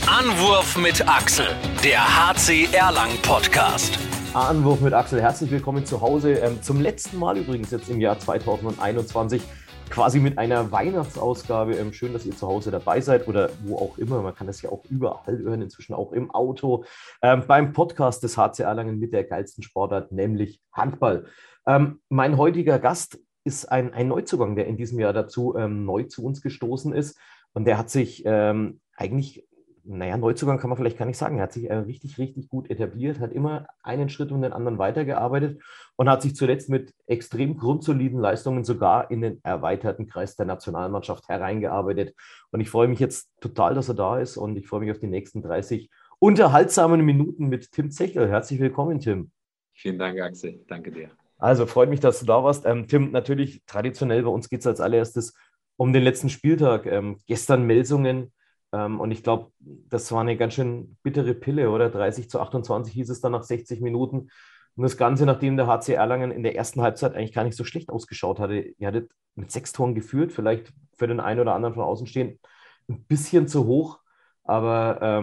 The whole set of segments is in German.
Anwurf mit Axel, der HC Erlangen Podcast. Anwurf mit Axel, herzlich willkommen zu Hause. Zum letzten Mal übrigens jetzt im Jahr 2021, quasi mit einer Weihnachtsausgabe. Schön, dass ihr zu Hause dabei seid oder wo auch immer. Man kann das ja auch überall hören, inzwischen auch im Auto. Beim Podcast des HC Erlangen mit der geilsten Sportart, nämlich Handball. Mein heutiger Gast ist ein Neuzugang, der in diesem Jahr dazu neu zu uns gestoßen ist. Und der hat sich Neuzugang kann man vielleicht gar nicht sagen. Er hat sich richtig, richtig gut etabliert, hat immer einen Schritt und den anderen weitergearbeitet und hat sich zuletzt mit extrem grundsoliden Leistungen sogar in den erweiterten Kreis der Nationalmannschaft hereingearbeitet. Und ich freue mich jetzt total, dass er da ist und ich freue mich auf die nächsten 30 unterhaltsamen Minuten mit Tim Zechel. Herzlich willkommen, Tim. Vielen Dank, Axel. Danke dir. Also freut mich, dass du da warst. Tim, natürlich traditionell, bei uns geht es als allererstes um den letzten Spieltag. Gestern Melsungen. Und ich glaube, das war eine ganz schön bittere Pille, oder? 30-28 hieß es dann nach 60 Minuten. Und das Ganze, nachdem der HC Erlangen in der ersten Halbzeit eigentlich gar nicht so schlecht ausgeschaut hatte. Ihr hattet mit 6 Toren geführt, vielleicht für den einen oder anderen von außen stehen ein bisschen zu hoch. Aber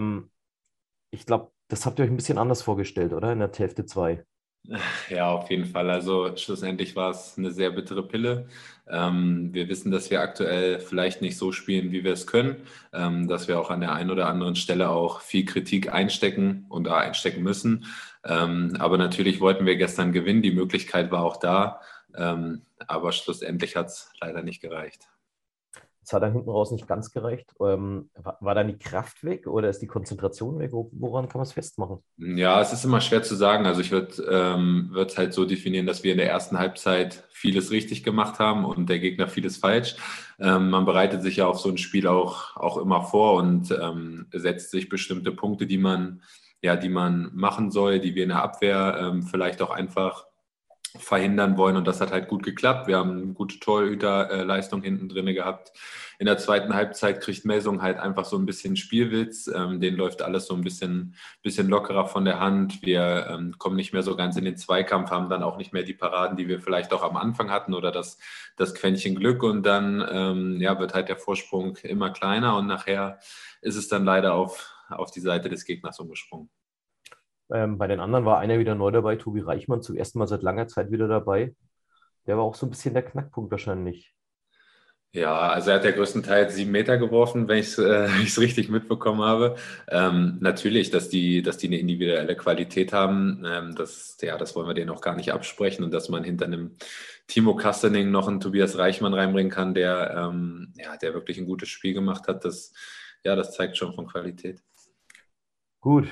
ich glaube, das habt ihr euch ein bisschen anders vorgestellt, oder? In der Hälfte 2. Ja, auf jeden Fall. Also schlussendlich war es eine sehr bittere Pille. Wir wissen, dass wir aktuell vielleicht nicht so spielen, wie wir es können, dass wir auch an der einen oder anderen Stelle auch viel Kritik einstecken und da einstecken müssen. Aber natürlich wollten wir gestern gewinnen. Die Möglichkeit war auch da. Aber schlussendlich hat es leider nicht gereicht. Es hat dann hinten raus nicht ganz gereicht. War dann die Kraft weg oder ist die Konzentration weg? Woran kann man es festmachen? Ja, es ist immer schwer zu sagen. Also ich würde es halt so definieren, dass wir in der ersten Halbzeit vieles richtig gemacht haben und der Gegner vieles falsch. Man bereitet sich ja auf so ein Spiel auch immer vor und setzt sich bestimmte Punkte, die man machen soll, die wir in der Abwehr vielleicht auch einfach verhindern wollen, und das hat halt gut geklappt. Wir haben eine gute Torhüterleistung hinten drin gehabt. In der zweiten Halbzeit kriegt Melsung halt einfach so ein bisschen Spielwitz. Den läuft alles so ein bisschen lockerer von der Hand. Wir kommen nicht mehr so ganz in den Zweikampf, haben dann auch nicht mehr die Paraden, die wir vielleicht auch am Anfang hatten oder das Quäntchen Glück, und dann wird halt der Vorsprung immer kleiner und nachher ist es dann leider auf die Seite des Gegners umgesprungen. Bei den anderen war einer wieder neu dabei, Tobi Reichmann, zum ersten Mal seit langer Zeit wieder dabei. Der war auch so ein bisschen der Knackpunkt wahrscheinlich. Ja, also er hat ja größtenteils 7 Meter geworfen, wenn ich es richtig mitbekommen habe. Natürlich, dass die eine individuelle Qualität haben, das wollen wir denen auch gar nicht absprechen. Und dass man hinter einem Timo Kastening noch einen Tobias Reichmann reinbringen kann, der wirklich ein gutes Spiel gemacht hat, das zeigt schon von Qualität. Gut,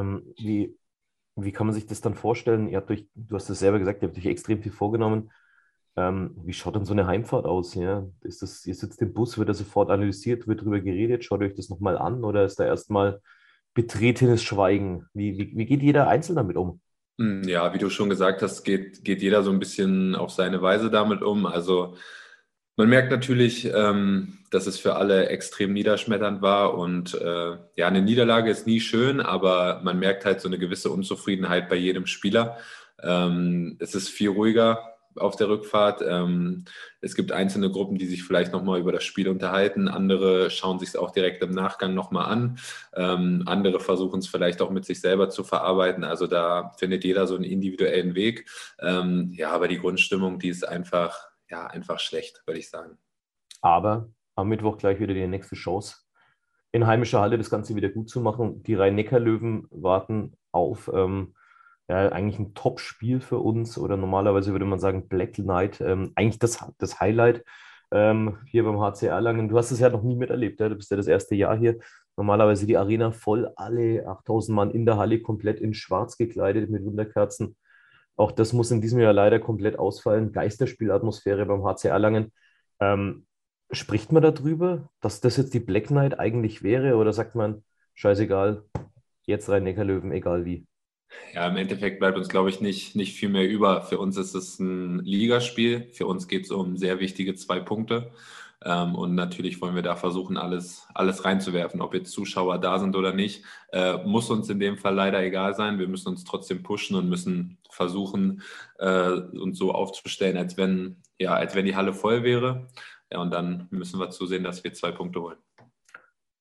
wie kann man sich das dann vorstellen? Du hast es selber gesagt, ihr habt euch extrem viel vorgenommen. Wie schaut denn so eine Heimfahrt aus? Ja? Ihr sitzt im Bus, wird da sofort analysiert, wird drüber geredet, schaut euch das nochmal an oder ist da erstmal betretenes Schweigen? Wie geht jeder einzeln damit um? Ja, wie du schon gesagt hast, geht jeder so ein bisschen auf seine Weise damit um. Also man merkt natürlich, dass es für alle extrem niederschmetternd war und eine Niederlage ist nie schön, aber man merkt halt so eine gewisse Unzufriedenheit bei jedem Spieler. Es ist viel ruhiger auf der Rückfahrt. Es gibt einzelne Gruppen, die sich vielleicht nochmal über das Spiel unterhalten. Andere schauen sich es auch direkt im Nachgang nochmal an. Andere versuchen es vielleicht auch mit sich selber zu verarbeiten. Also da findet jeder so einen individuellen Weg. Aber die Grundstimmung, die ist einfach schlecht, würde ich sagen. Aber am Mittwoch gleich wieder die nächste Chance, in heimischer Halle das Ganze wieder gut zu machen. Die Rhein-Neckar-Löwen warten auf eigentlich ein Top-Spiel für uns oder normalerweise würde man sagen Black Knight, eigentlich das Highlight hier beim HC Erlangen. Du hast es ja noch nie miterlebt, ja? Du bist ja das erste Jahr hier. Normalerweise die Arena voll, alle 8000 Mann in der Halle komplett in schwarz gekleidet mit Wunderkerzen. Auch das muss in diesem Jahr leider komplett ausfallen. Geisterspielatmosphäre beim HC Erlangen. Ähm, Spricht man darüber, dass das jetzt die Black Knight eigentlich wäre oder sagt man, scheißegal, jetzt Rhein-Neckar-Löwen, egal wie? Ja, im Endeffekt bleibt uns, glaube ich, nicht viel mehr über. Für uns ist es ein Ligaspiel. Für uns geht es um sehr wichtige 2 Punkte. Und natürlich wollen wir da versuchen, alles reinzuwerfen. Ob jetzt Zuschauer da sind oder nicht, muss uns in dem Fall leider egal sein. Wir müssen uns trotzdem pushen und müssen versuchen, uns so aufzustellen, als wenn die Halle voll wäre. Ja, und dann müssen wir zusehen, dass wir 2 Punkte holen.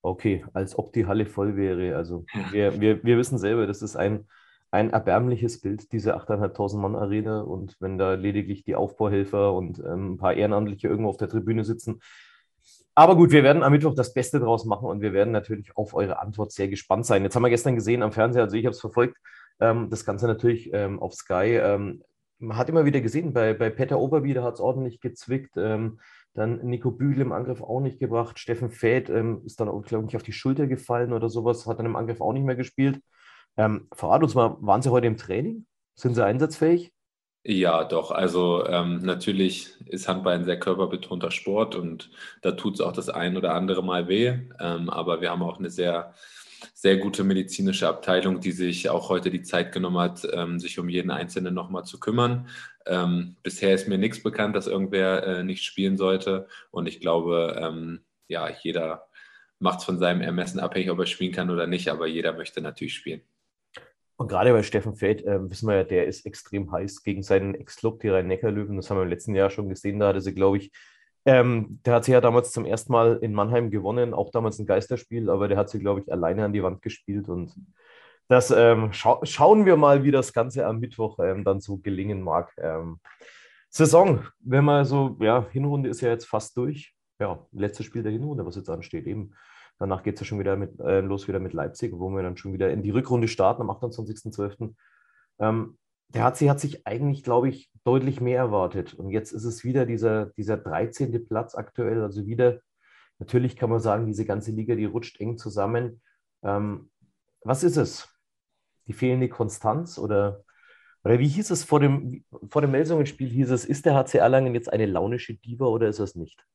Okay, als ob die Halle voll wäre. Also Ja. wir wissen selber, das ist ein erbärmliches Bild, diese 8.500 Mann Arena. Und wenn da lediglich die Aufbauhelfer und ein paar Ehrenamtliche irgendwo auf der Tribüne sitzen. Aber gut, wir werden am Mittwoch das Beste draus machen und wir werden natürlich auf eure Antwort sehr gespannt sein. Jetzt haben wir gestern gesehen am Fernseher, also ich habe es verfolgt, das Ganze natürlich auf Sky. Man hat immer wieder gesehen, bei Petter Oberbieder hat es ordentlich gezwickt. Dann Nico Bühl im Angriff auch nicht gebracht. Steffen Väth ist dann, glaube ich, auf die Schulter gefallen oder sowas, hat dann im Angriff auch nicht mehr gespielt. Verrat uns mal, waren Sie heute im Training? Sind Sie einsatzfähig? Ja, doch. Also natürlich ist Handball ein sehr körperbetonter Sport und da tut es auch das ein oder andere Mal weh. Aber wir haben auch eine sehr, sehr gute medizinische Abteilung, die sich auch heute die Zeit genommen hat, sich um jeden Einzelnen nochmal zu kümmern. Bisher ist mir nichts bekannt, dass irgendwer nicht spielen sollte. Und ich glaube, ja, jeder macht es von seinem Ermessen abhängig, ob er spielen kann oder nicht. Aber jeder möchte natürlich spielen. Und gerade bei Steffen Väth wissen wir ja, der ist extrem heiß gegen seinen Ex-Club, die Rhein-Neckar-Löwen. Das haben wir im letzten Jahr schon gesehen. Da hatte sie, glaube ich, der hat sie ja damals zum ersten Mal in Mannheim gewonnen, auch damals ein Geisterspiel, aber der hat sie, glaube ich, alleine an die Wand gespielt. Und das schauen wir mal, wie das Ganze am Mittwoch dann so gelingen mag. Saison, wenn man so, ja, Hinrunde ist ja jetzt fast durch. Ja, letztes Spiel der Hinrunde, was jetzt ansteht, eben. Danach geht es ja schon wieder los wieder mit Leipzig, wo wir dann schon wieder in die Rückrunde starten am 28.12. Der HC hat sich eigentlich, glaube ich, deutlich mehr erwartet. Und jetzt ist es wieder dieser 13. Platz aktuell. Also wieder, natürlich kann man sagen, diese ganze Liga, die rutscht eng zusammen. Was ist es? Die fehlende Konstanz oder wie hieß es vor dem Melsungen-Spiel? Hieß es, ist der HC Erlangen jetzt eine launische Diva oder ist es nicht?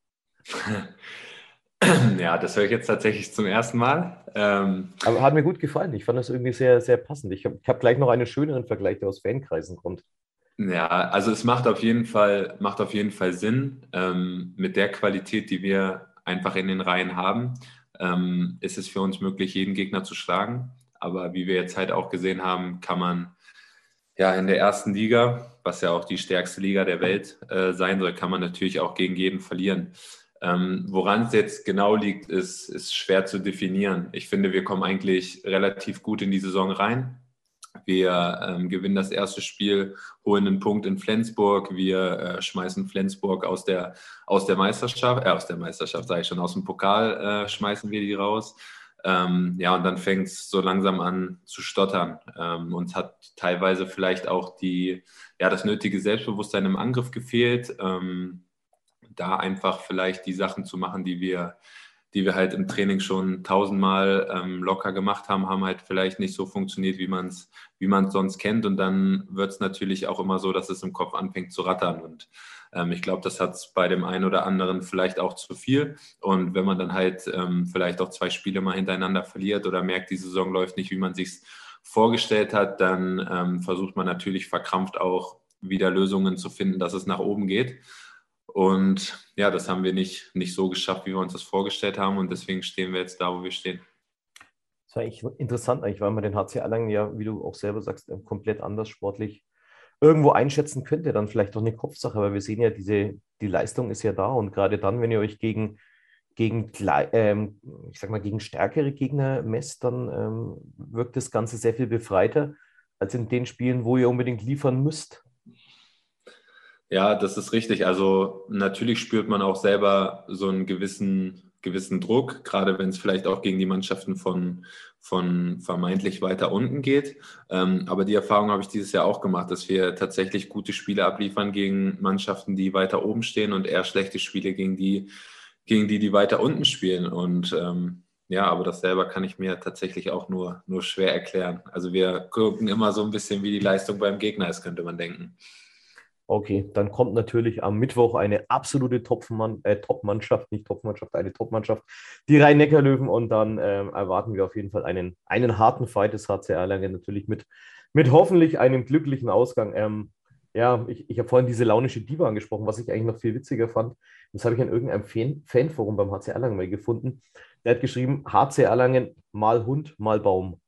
Ja, das höre ich jetzt tatsächlich zum ersten Mal. Aber hat mir gut gefallen. Ich fand das irgendwie sehr, sehr passend. Ich hab gleich noch einen schöneren Vergleich, der aus Fankreisen kommt. Ja, also es macht auf jeden Fall Sinn. Mit der Qualität, die wir einfach in den Reihen haben, ist es für uns möglich, jeden Gegner zu schlagen. Aber wie wir jetzt halt auch gesehen haben, kann man ja in der ersten Liga, was ja auch die stärkste Liga der Welt sein soll, kann man natürlich auch gegen jeden verlieren. Woran es jetzt genau liegt, ist schwer zu definieren. Ich finde, wir kommen eigentlich relativ gut in die Saison rein. Wir gewinnen das erste Spiel, holen einen Punkt in Flensburg. Wir schmeißen Flensburg aus der Meisterschaft, sage ich schon, aus dem Pokal schmeißen wir die raus. Ja, und dann fängt es so langsam an zu stottern. Uns hat teilweise vielleicht auch das nötige Selbstbewusstsein im Angriff gefehlt. Da einfach vielleicht die Sachen zu machen, die wir halt im Training schon tausendmal locker gemacht haben, haben halt vielleicht nicht so funktioniert, wie man es sonst kennt. Und dann wird es natürlich auch immer so, dass es im Kopf anfängt zu rattern. Und ich glaube, das hat es bei dem einen oder anderen vielleicht auch zu viel. Und wenn man dann halt vielleicht auch 2 Spiele mal hintereinander verliert oder merkt, die Saison läuft nicht, wie man sich vorgestellt hat, dann versucht man natürlich verkrampft auch wieder Lösungen zu finden, dass es nach oben geht. Und ja, das haben wir nicht so geschafft, wie wir uns das vorgestellt haben. Und deswegen stehen wir jetzt da, wo wir stehen. Das war eigentlich interessant, eigentlich, weil man den HC Erlangen ja, wie du auch selber sagst, komplett anders sportlich irgendwo einschätzen könnte. Dann vielleicht doch eine Kopfsache, aber wir sehen ja, die Leistung ist ja da. Und gerade dann, wenn ihr euch ich sag mal, gegen stärkere Gegner messt, dann wirkt das Ganze sehr viel befreiter als in den Spielen, wo ihr unbedingt liefern müsst. Ja, das ist richtig. Also natürlich spürt man auch selber so einen gewissen Druck, gerade wenn es vielleicht auch gegen die Mannschaften von vermeintlich weiter unten geht. Aber die Erfahrung habe ich dieses Jahr auch gemacht, dass wir tatsächlich gute Spiele abliefern gegen Mannschaften, die weiter oben stehen und eher schlechte Spiele gegen die weiter unten spielen. Und ja, aber das selber kann ich mir tatsächlich auch nur schwer erklären. Also wir gucken immer so ein bisschen, wie die Leistung beim Gegner ist, könnte man denken. Okay, dann kommt natürlich am Mittwoch eine absolute Top-Mannschaft, nicht Top-Mannschaft, eine Top-Mannschaft, die Rhein-Neckar-Löwen und dann erwarten wir auf jeden Fall einen harten Fight des HC Erlangen, natürlich mit hoffentlich einem glücklichen Ausgang. Ja, ich habe vorhin diese launische Diva angesprochen, was ich eigentlich noch viel witziger fand. Das habe ich in irgendeinem Fanforum beim HC Erlangen mal gefunden. Der hat geschrieben, HC Erlangen mal Hund, mal Baum.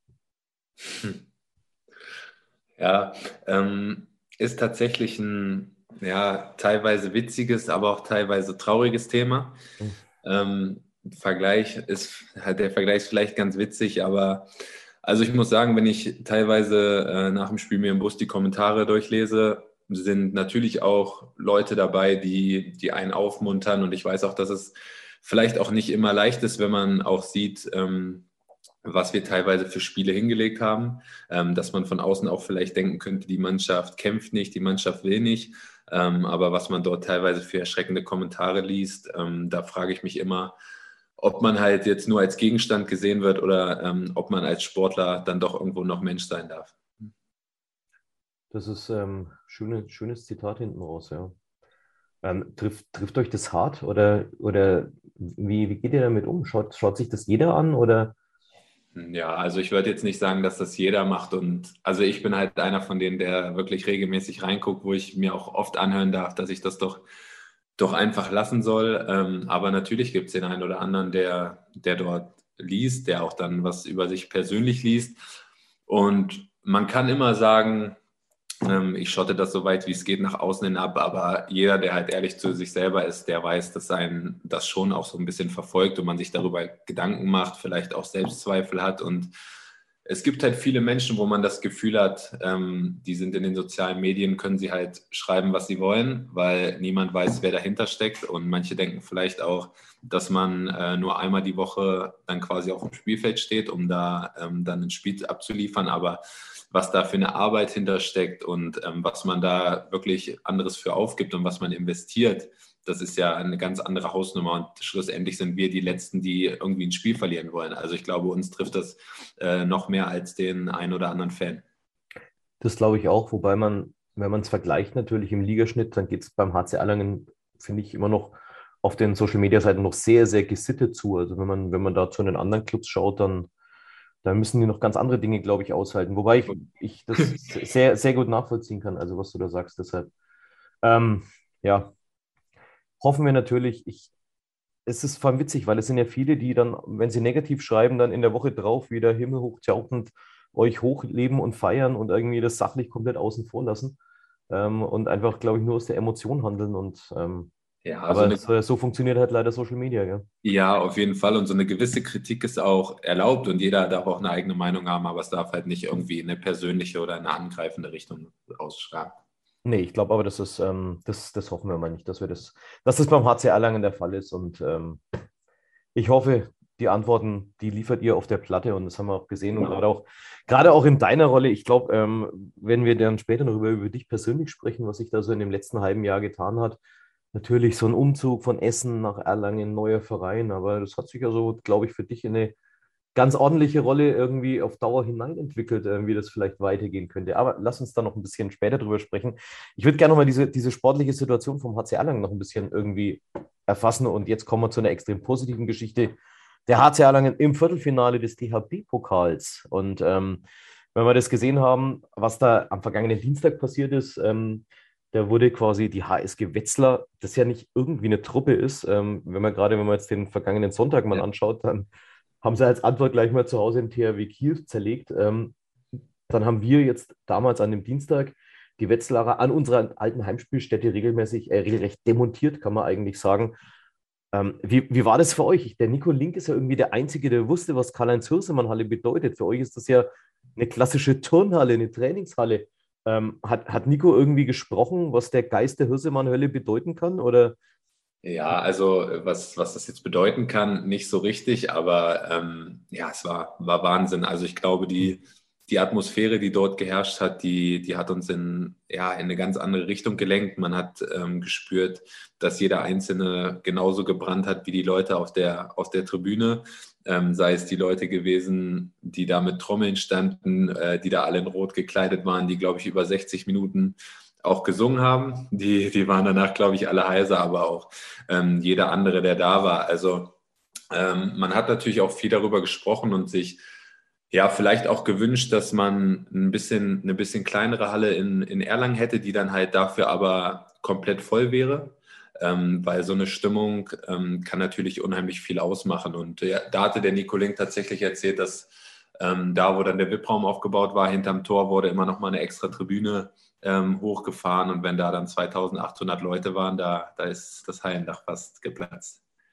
Ja, ist tatsächlich ein teilweise witziges, aber auch teilweise trauriges Thema. der Vergleich ist vielleicht ganz witzig, aber also ich muss sagen, wenn ich teilweise nach dem Spiel mir im Bus die Kommentare durchlese, sind natürlich auch Leute dabei, die einen aufmuntern, und ich weiß auch, dass es vielleicht auch nicht immer leicht ist, wenn man auch sieht, was wir teilweise für Spiele hingelegt haben, dass man von außen auch vielleicht denken könnte, die Mannschaft kämpft nicht, die Mannschaft will nicht, aber was man dort teilweise für erschreckende Kommentare liest, da frage ich mich immer, ob man halt jetzt nur als Gegenstand gesehen wird oder ob man als Sportler dann doch irgendwo noch Mensch sein darf. Das ist schönes Zitat hinten raus, ja. Trifft euch das hart oder wie geht ihr damit um? Schaut sich das jeder an oder? Ja, also ich würde jetzt nicht sagen, dass das jeder macht, und also ich bin halt einer von denen, der wirklich regelmäßig reinguckt, wo ich mir auch oft anhören darf, dass ich das doch einfach lassen soll. Aber natürlich gibt es den einen oder anderen, der dort liest, der auch dann was über sich persönlich liest. Und man kann immer sagen, ich schotte das so weit, wie es geht, nach außen hin ab, aber jeder, der halt ehrlich zu sich selber ist, der weiß, dass einen das schon auch so ein bisschen verfolgt und man sich darüber Gedanken macht, vielleicht auch Selbstzweifel hat. Und es gibt halt viele Menschen, wo man das Gefühl hat, die sind in den sozialen Medien, können sie halt schreiben, was sie wollen, weil niemand weiß, wer dahinter steckt. Und manche denken vielleicht auch, dass man nur einmal die Woche dann quasi auf dem Spielfeld steht, um da dann ein Spiel abzuliefern. Aber was da für eine Arbeit hintersteckt und was man da wirklich anderes für aufgibt und was man investiert, das ist ja eine ganz andere Hausnummer, und schlussendlich sind wir die Letzten, die irgendwie ein Spiel verlieren wollen. Also ich glaube, uns trifft das noch mehr als den einen oder anderen Fan. Das glaube ich auch, wobei man, wenn man es vergleicht natürlich im Ligaschnitt, dann geht es beim HC Erlangen, finde ich, immer noch auf den Social-Media-Seiten noch sehr, sehr gesittet zu. Also wenn man da zu den anderen Clubs schaut, dann müssen die noch ganz andere Dinge, glaube ich, aushalten. Wobei ich das sehr, sehr gut nachvollziehen kann, also was du da sagst. Deshalb, ja, hoffen wir natürlich, es ist vor allem witzig, weil es sind ja viele, die dann, wenn sie negativ schreiben, dann in der Woche drauf wieder himmelhoch jauchzend euch hochleben und feiern und irgendwie das sachlich komplett außen vor lassen und einfach, glaube ich, nur aus der Emotion handeln. Ja, Aber so funktioniert halt leider Social Media, gell? Ja, auf jeden Fall. Und so eine gewisse Kritik ist auch erlaubt, und jeder darf auch eine eigene Meinung haben, aber es darf halt nicht irgendwie in eine persönliche oder eine angreifende Richtung ausschlagen. Nee, ich glaube aber, das hoffen wir mal nicht, dass das beim HC Erlangen der Fall ist. Und ich hoffe, die Antworten, die liefert ihr auf der Platte, und das haben wir auch gesehen. Und gerade auch in deiner Rolle, ich glaube, wenn wir dann später noch über dich persönlich sprechen, was sich da so in dem letzten halben Jahr getan hat, natürlich so ein Umzug von Essen nach Erlangen, neuer Verein, aber das hat sich ja so, glaube ich, für dich in eine ganz ordentliche Rolle irgendwie auf Dauer hineinentwickelt, wie das vielleicht weitergehen könnte. Aber lass uns da noch ein bisschen später drüber sprechen. Ich würde gerne noch mal diese sportliche Situation vom HC Erlangen noch ein bisschen irgendwie erfassen. Und jetzt kommen wir zu einer extrem positiven Geschichte. Der HC Erlangen im Viertelfinale des DHB-Pokals. Und wenn wir das gesehen haben, was da am vergangenen Dienstag passiert ist, da wurde quasi die HSG Wetzlar, das ja nicht irgendwie eine Truppe ist, wenn man jetzt den vergangenen Sonntag mal anschaut, dann haben sie als Antwort gleich mal zu Hause im THW Kiel zerlegt. Dann haben wir jetzt damals an dem Dienstag die Wetzlarer an unserer alten Heimspielstätte regelrecht demontiert, kann man eigentlich sagen. Wie war das für euch? Der Nico Link ist ja irgendwie der Einzige, der wusste, was Karl-Heinz-Hürsemann-Halle bedeutet. Für euch ist das ja eine klassische Turnhalle, eine Trainingshalle. Hat Nico irgendwie gesprochen, was der Geist der Hürsemann-Hölle bedeuten kann? Oder? Ja, also was das jetzt bedeuten kann, nicht so richtig, aber ja, es war Wahnsinn. Also ich glaube, die Atmosphäre, die dort geherrscht hat, die hat uns in eine ganz andere Richtung gelenkt. Man hat gespürt, dass jeder Einzelne genauso gebrannt hat wie die Leute auf der Tribüne. Sei es die Leute gewesen, die da mit Trommeln standen, die da alle in Rot gekleidet waren, die, glaube ich, über 60 Minuten auch gesungen haben. Die waren danach, glaube ich, alle heiser, aber auch jeder andere, der da war. Also man hat natürlich auch viel darüber gesprochen und sich vielleicht auch gewünscht, dass man eine bisschen kleinere Halle in Erlangen hätte, die dann halt dafür aber komplett voll wäre. Weil so eine Stimmung kann natürlich unheimlich viel ausmachen. Und da hatte der Nico Link tatsächlich erzählt, dass da, wo dann der VIP-Raum aufgebaut war, hinterm Tor wurde immer noch mal eine extra Tribüne hochgefahren. Und wenn da dann 2800 Leute waren, da ist das Hallendach fast geplatzt.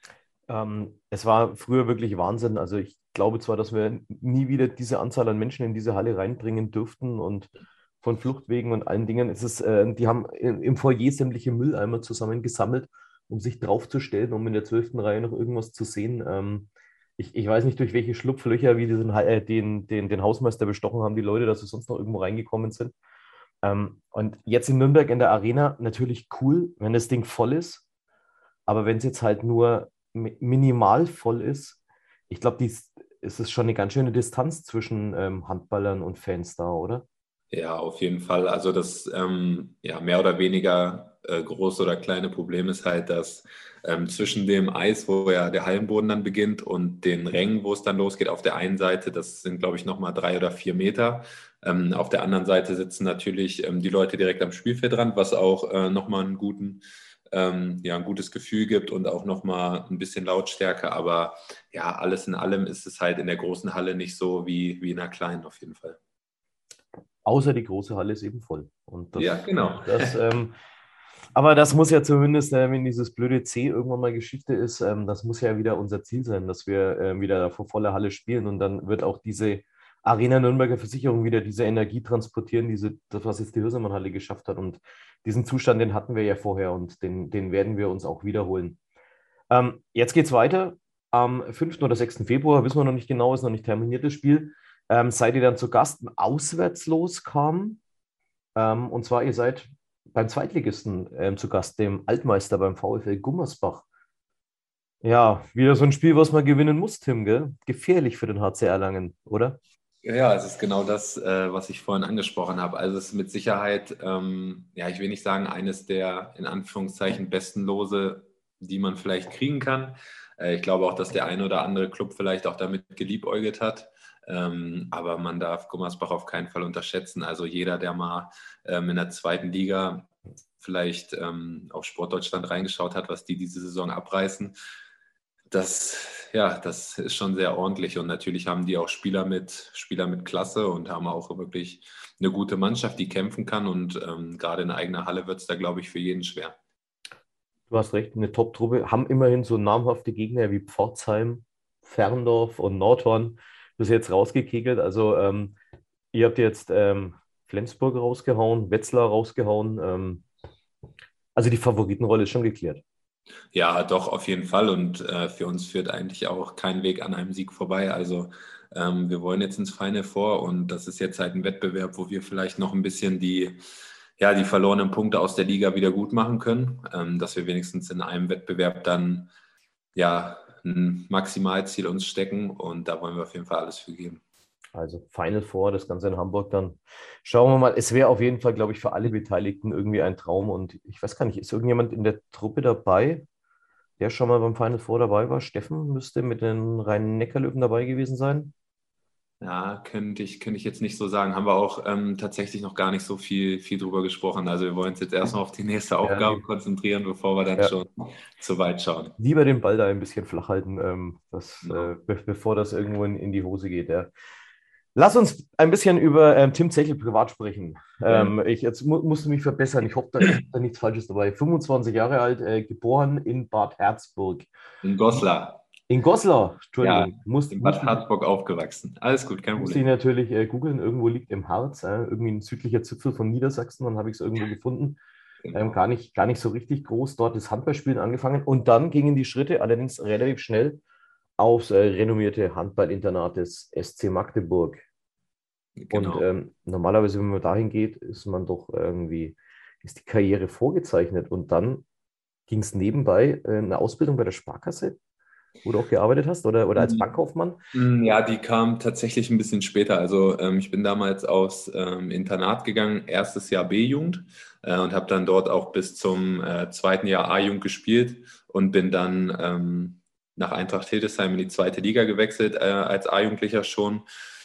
Es war früher wirklich Wahnsinn. Also ich glaube zwar, dass wir nie wieder diese Anzahl an Menschen in diese Halle reinbringen dürften und von Fluchtwegen und allen Dingen. Die haben im Foyer sämtliche Mülleimer zusammengesammelt, um sich draufzustellen, um in der 12. Reihe noch irgendwas zu sehen. Ich weiß nicht, durch welche Schlupflöcher wir den Hausmeister bestochen haben, die Leute, dass sie sonst noch irgendwo reingekommen sind. Und jetzt in Nürnberg in der Arena natürlich cool, wenn das Ding voll ist. Aber wenn es jetzt halt nur minimal voll ist, ich glaube, ist es schon eine ganz schöne Distanz zwischen Handballern und Fans da, oder? Ja, auf jeden Fall. Also das ja, mehr oder weniger große oder kleine Problem ist halt, dass zwischen dem Eis, wo ja der Hallenboden dann beginnt, und den Rängen, wo es dann losgeht, auf der einen Seite, das sind, glaube ich, nochmal 3 oder 4 Meter. Auf der anderen Seite sitzen natürlich die Leute direkt am Spielfeldrand, was auch nochmal ja, ein gutes Gefühl gibt und auch nochmal ein bisschen Lautstärke. Aber ja, alles in allem ist es halt in der großen Halle nicht so wie in der kleinen auf jeden Fall. Außer die große Halle ist eben voll. Und Ja, genau. aber das muss ja zumindest, wenn dieses blöde C irgendwann mal Geschichte ist, das muss ja wieder unser Ziel sein, dass wir wieder vor voller Halle spielen und dann wird auch diese Arena Nürnberger Versicherung wieder diese Energie transportieren, das, was jetzt die Hürsermann-Halle geschafft hat. Und diesen Zustand, den hatten wir ja vorher und den werden wir uns auch wiederholen. Jetzt geht es weiter. Am 5. oder 6. Februar, wissen wir noch nicht genau, ist noch nicht terminiert das Spiel, seid ihr dann zu Gast im Auswärtslos kam. Und zwar, ihr seid beim Zweitligisten zu Gast, dem Altmeister beim VfL Gummersbach. Ja, wieder so ein Spiel, was man gewinnen muss, Tim, gell? Gefährlich für den HC Erlangen, oder? Ja, es ist genau das, was ich vorhin angesprochen habe. Also es ist mit Sicherheit, ja, ich will nicht sagen, eines der in Anführungszeichen besten Lose, die man vielleicht kriegen kann. Ich glaube auch, dass der ein oder andere Club vielleicht auch damit geliebäugelt hat. Aber man darf Gummersbach auf keinen Fall unterschätzen. Also jeder, der mal in der zweiten Liga vielleicht auf Sportdeutschland reingeschaut hat, was die diese Saison abreißen, ja, das ist schon sehr ordentlich. Und natürlich haben die auch Spieler mit Klasse und haben auch wirklich eine gute Mannschaft, die kämpfen kann. Und gerade in eigener Halle wird es da, glaube ich, für jeden schwer. Du hast recht, eine Top-Truppe, haben immerhin so namhafte Gegner wie Pforzheim, Ferndorf und Nordhorn bis jetzt rausgekegelt. Also ihr habt jetzt Flensburg rausgehauen, Wetzlar rausgehauen. Also die Favoritenrolle ist schon geklärt. Ja, doch, auf jeden Fall. Und für uns führt eigentlich auch kein Weg an einem Sieg vorbei. Also wir wollen jetzt ins Final Four und das ist jetzt halt ein Wettbewerb, wo wir vielleicht noch ein bisschen die verlorenen Punkte aus der Liga wieder gut machen können, dass wir wenigstens in einem Wettbewerb dann ja ein Maximalziel uns stecken und da wollen wir auf jeden Fall alles für geben. Also Final Four, das Ganze in Hamburg dann. Schauen wir mal. Es wäre auf jeden Fall, glaube ich, für alle Beteiligten irgendwie ein Traum. Und ich weiß gar nicht, ist irgendjemand in der Truppe dabei, der schon mal beim Final Four dabei war? Steffen müsste mit den Rhein-Neckar-Löwen dabei gewesen sein. Ja, könnte ich jetzt nicht so sagen. Haben wir auch tatsächlich noch gar nicht so viel drüber gesprochen. Also wir wollen uns jetzt erstmal auf die nächste Aufgabe konzentrieren, bevor wir dann schon zu weit schauen. Lieber den Ball da ein bisschen flach halten, Genau. bevor das irgendwo in die Hose geht. Ja. Lass uns ein bisschen über Tim Zechel privat sprechen. Jetzt musst du mich verbessern. Ich hoffe, da ist da nichts Falsches dabei. 25 Jahre alt, geboren in Bad Herzburg. In Goslar. In Goslar, Ja, Entschuldigung. in Bad Harzburg aufgewachsen. Alles gut, kein Musste ich Problem. natürlich googeln. Irgendwo liegt im Harz, irgendwie ein südlicher Zipfel von Niedersachsen. Dann habe ich es irgendwo gefunden. Genau. Gar nicht so richtig groß. Dort das Handballspielen angefangen. Und dann gingen die Schritte allerdings relativ schnell aufs renommierte Handballinternat des SC Magdeburg. Und Genau. normalerweise, wenn man dahin geht, ist die Karriere vorgezeichnet. Und dann ging es nebenbei eine Ausbildung bei der Sparkasse, wo du auch gearbeitet hast, oder als Bankkaufmann. Ja, die kam tatsächlich ein bisschen später. Also ich bin damals aufs Internat gegangen, erstes Jahr B-Jugend und habe dann dort auch bis zum zweiten Jahr A-Jugend gespielt und bin dann nach Eintracht Hildesheim in die zweite Liga gewechselt, als A-Jugendlicher schon.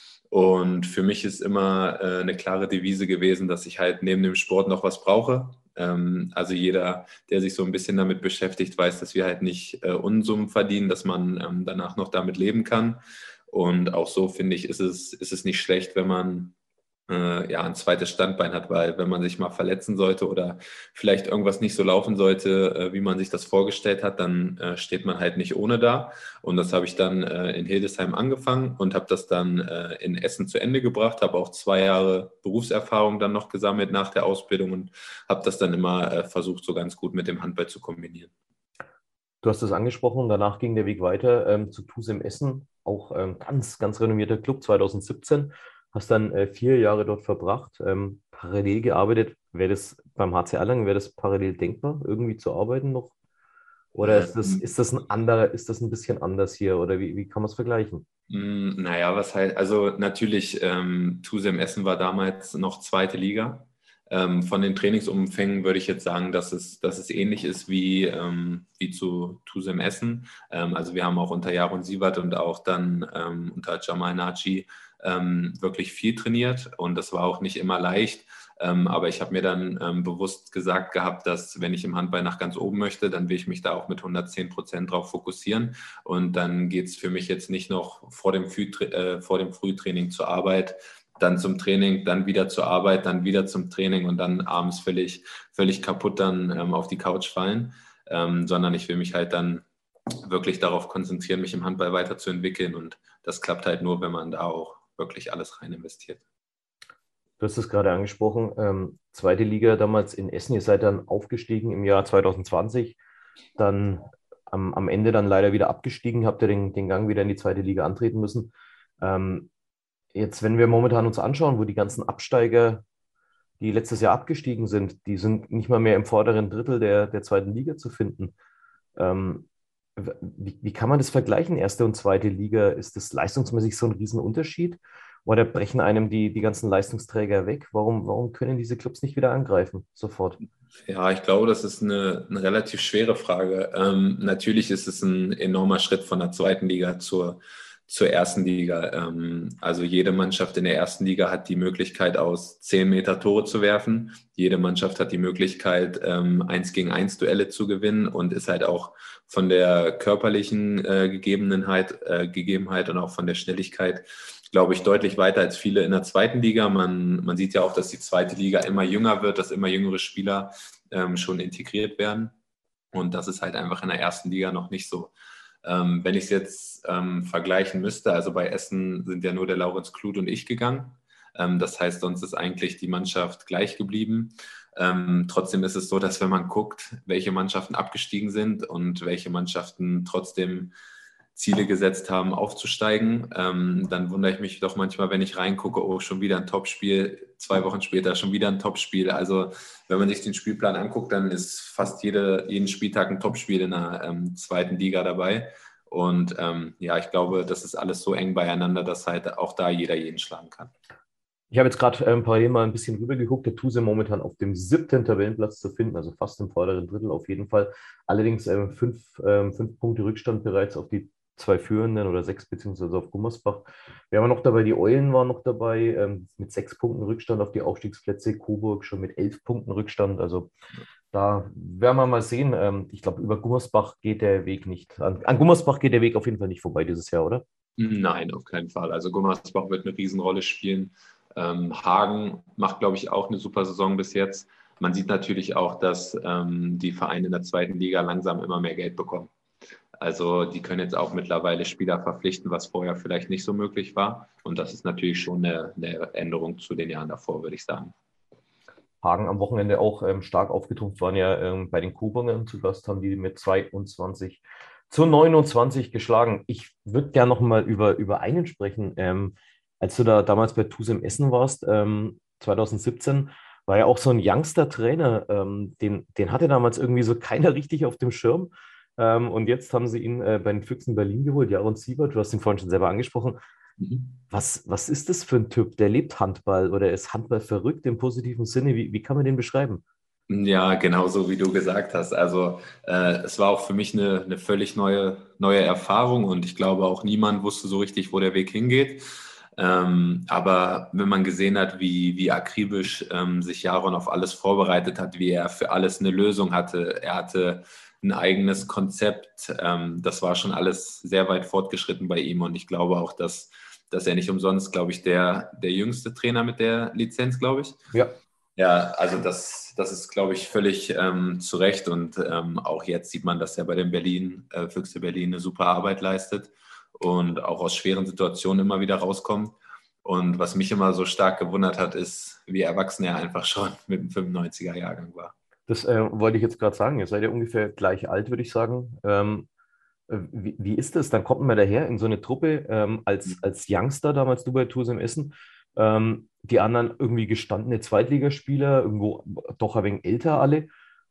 Und für mich ist immer eine klare Devise gewesen, dass ich halt neben dem Sport noch was brauche. Also jeder, der sich so ein bisschen damit beschäftigt, weiß, dass wir halt nicht Unsummen verdienen, dass man danach noch damit leben kann. Und auch so, finde ich, ist es nicht schlecht, wenn man ja, ein zweites Standbein hat, weil wenn man sich mal verletzen sollte oder vielleicht irgendwas nicht so laufen sollte, wie man sich das vorgestellt hat, dann steht man halt nicht ohne da. Und das habe ich dann in Hildesheim angefangen und habe das dann in Essen zu Ende gebracht, habe auch 2 Jahre Berufserfahrung dann noch gesammelt nach der Ausbildung und habe das dann immer versucht, so ganz gut mit dem Handball zu kombinieren. Du hast es angesprochen, danach ging der Weg weiter zu TuSem Essen, auch ganz, ganz renommierter Club 2017. Hast dann 4 Jahre dort verbracht, parallel gearbeitet. Wäre das beim HC Erlangen, wäre das parallel denkbar, irgendwie zu arbeiten noch? Oder ist das ein anderer, ist das ein bisschen anders hier? Oder wie kann man es vergleichen? Naja, was halt, also natürlich, TuSem Essen war damals noch zweite Liga. Von den Trainingsumfängen würde ich jetzt sagen, dass es ähnlich ist wie zu TuSem Essen. Also wir haben auch unter Jaron Sievert und auch dann unter Jamal Naci wirklich viel trainiert und das war auch nicht immer leicht. Aber ich habe mir dann bewusst gesagt gehabt, dass wenn ich im Handball nach ganz oben möchte, dann will ich mich da auch mit 110% drauf fokussieren. Und dann geht es für mich jetzt nicht noch vor dem Frühtraining zur Arbeit, dann zum Training, dann wieder zur Arbeit, dann wieder zum Training und dann abends völlig kaputt dann auf die Couch fallen, sondern ich will mich halt dann wirklich darauf konzentrieren, mich im Handball weiterzuentwickeln und das klappt halt nur, wenn man da auch wirklich alles rein investiert. Du hast es gerade angesprochen, zweite Liga damals in Essen. Ihr seid dann aufgestiegen im Jahr 2020, dann am Ende dann leider wieder abgestiegen, habt ihr den Gang wieder in die zweite Liga antreten müssen. Jetzt, wenn wir momentan uns anschauen, wo die ganzen Absteiger, die letztes Jahr abgestiegen sind, die sind nicht mal mehr im vorderen Drittel der zweiten Liga zu finden. Ähm, wie kann man das vergleichen, erste und zweite Liga? Ist das leistungsmäßig so ein Riesenunterschied? Oder brechen einem die ganzen Leistungsträger weg? Warum können diese Clubs nicht wieder angreifen, sofort? Ja, ich glaube, das ist eine relativ schwere Frage. Natürlich ist es ein enormer Schritt von der zweiten Liga zur ersten Liga. Also jede Mannschaft in der ersten Liga hat die Möglichkeit, aus 10 Meter Tore zu werfen. Jede Mannschaft hat die Möglichkeit, 1 gegen 1 Duelle zu gewinnen und ist halt auch von der körperlichen Gegebenheit und auch von der Schnelligkeit, glaube ich, deutlich weiter als viele in der zweiten Liga. Man sieht ja auch, dass die zweite Liga immer jünger wird, dass immer jüngere Spieler schon integriert werden. Und das ist halt einfach in der ersten Liga noch nicht so. Wenn ich es jetzt vergleichen müsste, also bei Essen sind ja nur der Laurenz Kluth und ich gegangen. Das heißt, sonst ist eigentlich die Mannschaft gleich geblieben. Trotzdem ist es so, dass wenn man guckt, welche Mannschaften abgestiegen sind und welche Mannschaften trotzdem Ziele gesetzt haben, aufzusteigen, dann wundere ich mich doch manchmal, wenn ich reingucke, oh, schon wieder ein Topspiel, 2 Wochen später schon wieder ein Topspiel. Also wenn man sich den Spielplan anguckt, dann ist fast jeden Spieltag ein Topspiel in der zweiten Liga dabei. Und ja, ich glaube, das ist alles so eng beieinander, dass halt auch da jeder jeden schlagen kann. Ich habe jetzt gerade parallel mal ein bisschen rübergeguckt. Der TuSem momentan auf dem 7. Tabellenplatz zu finden, also fast im vorderen Drittel auf jeden Fall. Allerdings 5 Punkte Rückstand bereits auf die 2 Führenden oder 6 beziehungsweise auf Gummersbach. Wir haben noch dabei, die Eulen waren noch dabei mit 6 Punkten Rückstand auf die Aufstiegsplätze. Coburg schon mit 11 Punkten Rückstand. Also da werden wir mal sehen. Ich glaube, über Gummersbach geht der Weg nicht. An Gummersbach geht der Weg auf jeden Fall nicht vorbei dieses Jahr, oder? Nein, auf keinen Fall. Also Gummersbach wird eine Riesenrolle spielen. Hagen macht, glaube ich, auch eine super Saison bis jetzt. Man sieht natürlich auch, dass die Vereine in der zweiten Liga langsam immer mehr Geld bekommen. Also die können jetzt auch mittlerweile Spieler verpflichten, was vorher vielleicht nicht so möglich war. Und das ist natürlich schon eine Änderung zu den Jahren davor, würde ich sagen. Hagen am Wochenende auch stark aufgetrumpft, waren ja bei den Coburgern zu Gast, haben die mit 22-29 geschlagen. Ich würde gerne noch mal über einen sprechen. Als du da damals bei TuSem Essen warst, 2017, war ja auch so ein Youngster-Trainer, den hatte damals irgendwie so keiner richtig auf dem Schirm. Und jetzt haben sie ihn bei den Füchsen Berlin geholt, Jaron Sievert, du hast ihn vorhin schon selber angesprochen. Was ist das für ein Typ? Der lebt Handball oder ist Handball verrückt im positiven Sinne? Wie kann man den beschreiben? Ja, genau so wie du gesagt hast. Also es war auch für mich eine völlig neue Erfahrung und ich glaube auch niemand wusste so richtig, wo der Weg hingeht. Aber wenn man gesehen hat, wie akribisch sich Jaron auf alles vorbereitet hat, wie er für alles eine Lösung hatte, er hatte ein eigenes Konzept, das war schon alles sehr weit fortgeschritten bei ihm und ich glaube auch, dass dass er nicht umsonst, glaube ich, der jüngste Trainer mit der Lizenz, glaube ich. Ja. Ja, also das ist, glaube ich, völlig zu Recht. Und auch jetzt sieht man, dass er bei den Füchse Berlin eine super Arbeit leistet und auch aus schweren Situationen immer wieder rauskommt. Und was mich immer so stark gewundert hat, ist, wie erwachsen er einfach schon mit dem 95er-Jahrgang war. Das wollte ich jetzt gerade sagen. Ihr seid ja ungefähr gleich alt, würde ich sagen. Wie ist das? Dann kommt man daher in so eine Truppe als Youngster, damals du bei Tours im Essen. Die anderen irgendwie gestandene Zweitligaspieler, irgendwo doch ein wenig älter alle.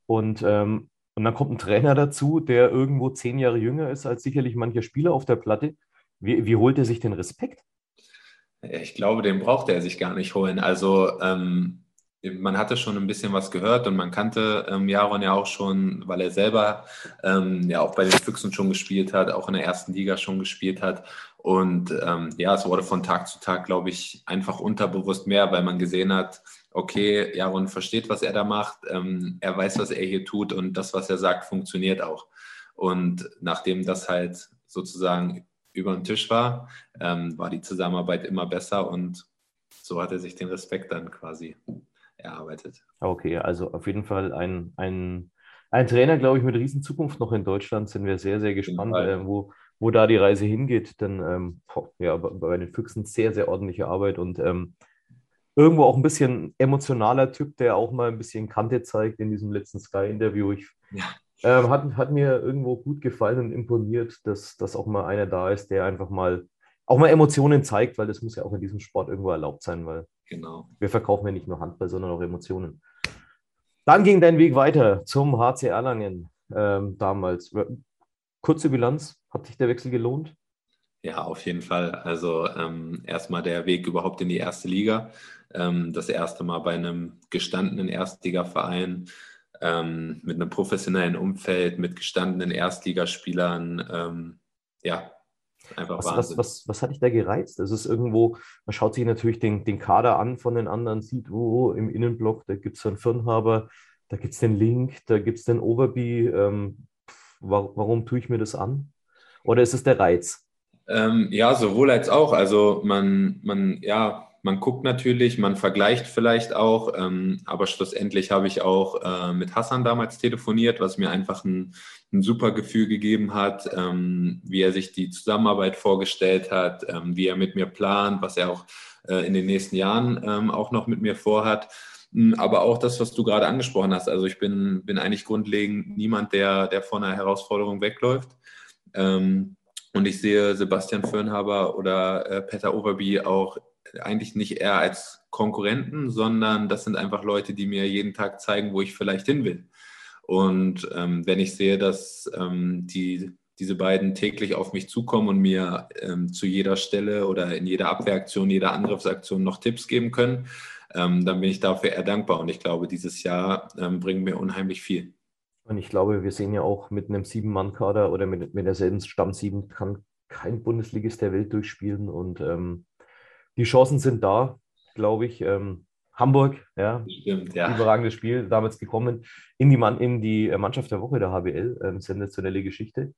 Und dann kommt ein Trainer dazu, der irgendwo 10 Jahre jünger ist als sicherlich mancher Spieler auf der Platte. Wie holt er sich den Respekt? Ich glaube, den brauchte er sich gar nicht holen. Also man hatte schon ein bisschen was gehört und man kannte Jaron ja auch schon, weil er selber ja auch bei den Füchsen schon gespielt hat, auch in der ersten Liga schon gespielt hat. Und ja, es wurde von Tag zu Tag, glaube ich, einfach unterbewusst mehr, weil man gesehen hat, okay, Jaron versteht, was er da macht, er weiß, was er hier tut und das, was er sagt, funktioniert auch. Und nachdem das halt sozusagen über den Tisch war, war die Zusammenarbeit immer besser und so hat er sich den Respekt dann quasi erarbeitet. Okay, also auf jeden Fall ein Trainer, glaube ich, mit riesen Zukunft noch in Deutschland. Sind wir sehr, sehr gespannt, wo da die Reise hingeht. Denn ja, bei den Füchsen sehr, sehr ordentliche Arbeit und irgendwo auch ein bisschen emotionaler Typ, der auch mal ein bisschen Kante zeigt in diesem letzten Sky-Interview. Hat mir irgendwo gut gefallen und imponiert, dass auch mal einer da ist, der einfach mal auch mal Emotionen zeigt, weil das muss ja auch in diesem Sport irgendwo erlaubt sein, weil Genau. wir verkaufen ja nicht nur Handball, sondern auch Emotionen. Dann ging dein Weg weiter zum HC Erlangen damals. Kurze Bilanz, hat sich der Wechsel gelohnt? Ja, auf jeden Fall. Also erstmal der Weg überhaupt in die erste Liga. Das erste Mal bei einem gestandenen Erstligaverein mit einem professionellen Umfeld, mit gestandenen Erstligaspielern. Ja, einfach Wahnsinn. Was hat dich da gereizt? Es ist irgendwo, man schaut sich natürlich den Kader an von den anderen, sieht, im Innenblock, da gibt es einen Firnhaber, da gibt es den Link, da gibt es den Overby. Warum tue ich mir das an? Oder ist es der Reiz? Ja, sowohl als auch. Also man guckt natürlich, man vergleicht vielleicht auch, aber schlussendlich habe ich auch mit Hassan damals telefoniert, was mir einfach ein super Gefühl gegeben hat, wie er sich die Zusammenarbeit vorgestellt hat, wie er mit mir plant, was er auch in den nächsten Jahren auch noch mit mir vorhat. Aber auch das, was du gerade angesprochen hast. Also ich bin eigentlich grundlegend niemand, der vor einer Herausforderung wegläuft. Und ich sehe Sebastian Firnhaber oder Petter Overby auch eigentlich nicht eher als Konkurrenten, sondern das sind einfach Leute, die mir jeden Tag zeigen, wo ich vielleicht hin will. Und wenn ich sehe, dass diese beiden täglich auf mich zukommen und mir zu jeder Stelle oder in jeder Abwehraktion, jeder Angriffsaktion noch Tipps geben können, dann bin ich dafür eher dankbar. Und ich glaube, dieses Jahr bringt mir unheimlich viel. Und ich glaube, wir sehen ja auch mit einem 7-Mann-Kader oder mit derselben Stamm-7 kann kein Bundesligist der Welt durchspielen. Und die Chancen sind da, glaube ich. Hamburg, ja, Stimmt, ja. überragendes Spiel, damals gekommen in die Mannschaft der Woche der HBL, sensationelle Geschichte.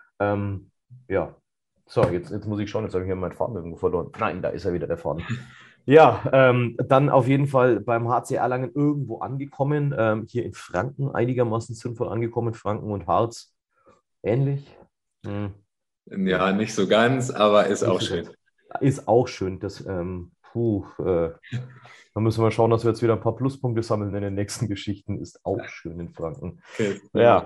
Ja, so, jetzt muss ich schauen, jetzt habe ich hier meinen Faden irgendwo verloren. Nein, da ist er wieder, der Faden. Ja, dann auf jeden Fall beim HC Erlangen irgendwo angekommen, hier in Franken einigermaßen sinnvoll angekommen, Franken und Harz ähnlich. Ja, nicht so ganz, aber ist auch so schön. Ist auch schön. Da müssen wir schauen, dass wir jetzt wieder ein paar Pluspunkte sammeln in den nächsten Geschichten. Ist auch schön in Franken. Okay. Ja,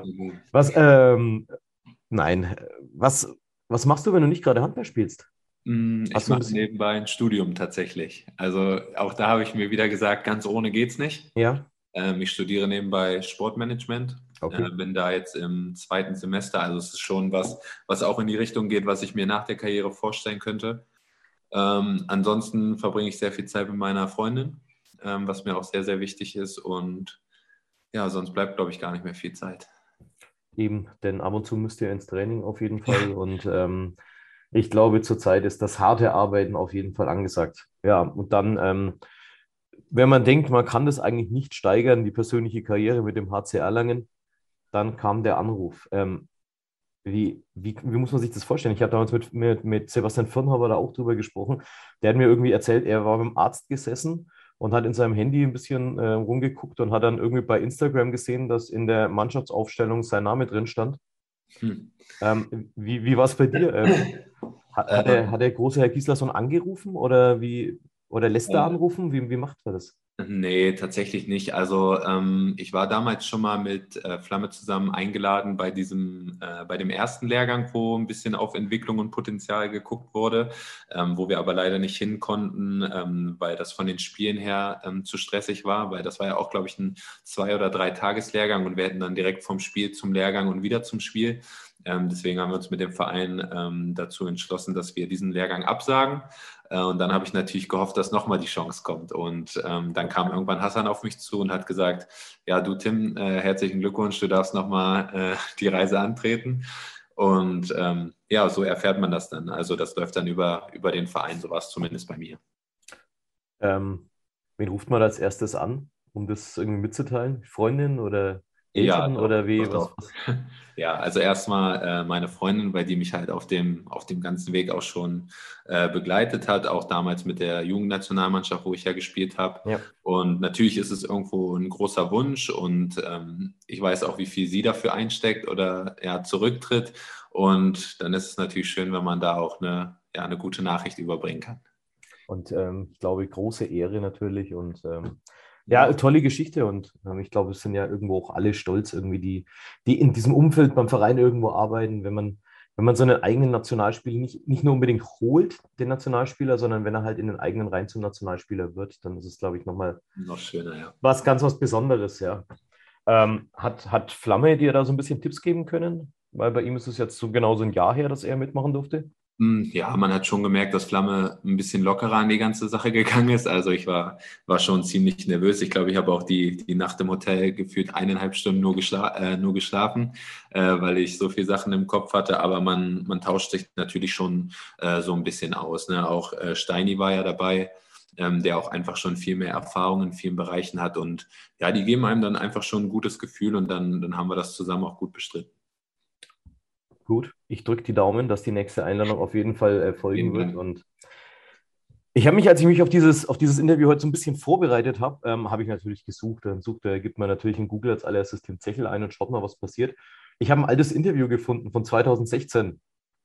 was machst du, wenn du nicht gerade Handball spielst? Ich mache nebenbei ein Studium tatsächlich. Also auch da habe ich mir wieder gesagt, ganz ohne geht's nicht. Ja. Ich studiere nebenbei Sportmanagement. Okay. Bin da jetzt im 2. Semester. Also es ist schon was auch in die Richtung geht, was ich mir nach der Karriere vorstellen könnte. Ansonsten verbringe ich sehr viel Zeit mit meiner Freundin, was mir auch sehr, sehr wichtig ist. Und ja, sonst bleibt, glaube ich, gar nicht mehr viel Zeit. Eben, denn ab und zu müsst ihr ins Training auf jeden Fall. Und ich glaube, zurzeit ist das harte Arbeiten auf jeden Fall angesagt. Ja, und dann, wenn man denkt, man kann das eigentlich nicht steigern, die persönliche Karriere mit dem HC Erlangen, dann kam der Anruf. wie muss man sich das vorstellen? Ich habe damals mit Sebastian Firnhaber da auch drüber gesprochen. Der hat mir irgendwie erzählt, er war beim Arzt gesessen und hat in seinem Handy ein bisschen rumgeguckt und hat dann irgendwie bei Instagram gesehen, dass in der Mannschaftsaufstellung sein Name drin stand. Hm. Wie war es bei dir? Hat der große Herr Gislason angerufen oder lässt er anrufen? Wie macht er das? Nee, tatsächlich nicht. Also ich war damals schon mal mit Flamme zusammen eingeladen bei dem ersten Lehrgang, wo ein bisschen auf Entwicklung und Potenzial geguckt wurde, wo wir aber leider nicht hin konnten, weil das von den Spielen her zu stressig war, weil das war ja auch, glaube ich, ein 2- oder 3-Tages-Lehrgang und wir hätten dann direkt vom Spiel zum Lehrgang und wieder zum Spiel. Deswegen haben wir uns mit dem Verein dazu entschlossen, dass wir diesen Lehrgang absagen. Und dann habe ich natürlich gehofft, dass nochmal die Chance kommt. Und dann kam irgendwann Hassan auf mich zu und hat gesagt, ja, du Tim, herzlichen Glückwunsch, du darfst nochmal die Reise antreten. Und ja, so erfährt man das dann. Also das läuft dann über den Verein, so war es zumindest bei mir. Wen ruft man als erstes an, um das irgendwie mitzuteilen? Freundin oder Ja, Eltern doch, oder wie? doch. Ja, also erstmal meine Freundin, weil die mich halt auf dem ganzen Weg auch schon begleitet hat, auch damals mit der Jugendnationalmannschaft, wo ich ja gespielt habe. Ja. Und natürlich ist es irgendwo ein großer Wunsch und ich weiß auch, wie viel sie dafür einsteckt oder ja, zurücktritt. Und dann ist es natürlich schön, wenn man da auch eine gute Nachricht überbringen kann. Und ich glaube, große Ehre natürlich und ja, tolle Geschichte und ich glaube, es sind ja irgendwo auch alle stolz, irgendwie die in diesem Umfeld beim Verein irgendwo arbeiten, wenn man so einen eigenen Nationalspieler nicht nur unbedingt holt, den Nationalspieler, sondern wenn er halt in den eigenen Reihen zum Nationalspieler wird, dann ist es, glaube ich, nochmal Noch schöner, ja. was Besonderes, ja. Hat Flamme dir da so ein bisschen Tipps geben können? Weil bei ihm ist es jetzt so genau so ein Jahr her, dass er mitmachen durfte. Ja, man hat schon gemerkt, dass Flamme ein bisschen lockerer an die ganze Sache gegangen ist. Also ich war schon ziemlich nervös. Ich glaube, ich habe auch die Nacht im Hotel gefühlt 1,5 Stunden nur geschlafen, weil ich so viele Sachen im Kopf hatte. Aber man tauscht sich natürlich schon so ein bisschen aus. Ne? Auch Steini war ja dabei, der auch einfach schon viel mehr Erfahrung in vielen Bereichen hat. Und ja, die geben einem dann einfach schon ein gutes Gefühl und dann haben wir das zusammen auch gut bestritten. Gut, ich drücke die Daumen, dass die nächste Einladung auf jeden Fall folgen Vielen wird. Dank. Und ich habe mich, als ich mich auf dieses Interview heute so ein bisschen vorbereitet habe, habe ich natürlich gesucht. Dann gibt man natürlich in Google als allererstes Tim Zechel ein und schaut mal, was passiert. Ich habe ein altes Interview gefunden von 2016.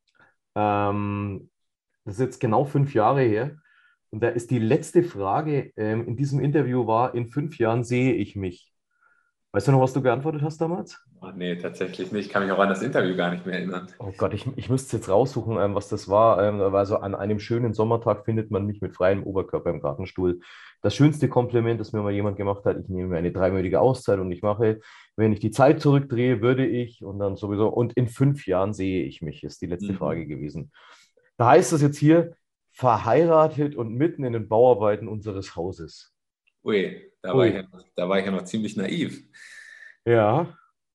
Das ist jetzt genau 5 Jahre her. Und da ist die letzte Frage in diesem Interview war, in 5 Jahren sehe ich mich. Weißt du noch, was du geantwortet hast damals? Oh, nee, tatsächlich nicht. Ich kann mich auch an das Interview gar nicht mehr erinnern. Oh Gott, ich müsste jetzt raussuchen, was das war. Also an einem schönen Sommertag findet man mich mit freiem Oberkörper im Gartenstuhl. Das schönste Kompliment, das mir mal jemand gemacht hat, ich nehme mir eine 3-monatige Auszeit und ich mache, wenn ich die Zeit zurückdrehe, würde ich und dann sowieso, und in 5 Jahren sehe ich mich, ist die letzte Frage gewesen. Da heißt es jetzt hier, verheiratet und mitten in den Bauarbeiten unseres Hauses. Ui, da war ich ja noch ziemlich naiv. Ja.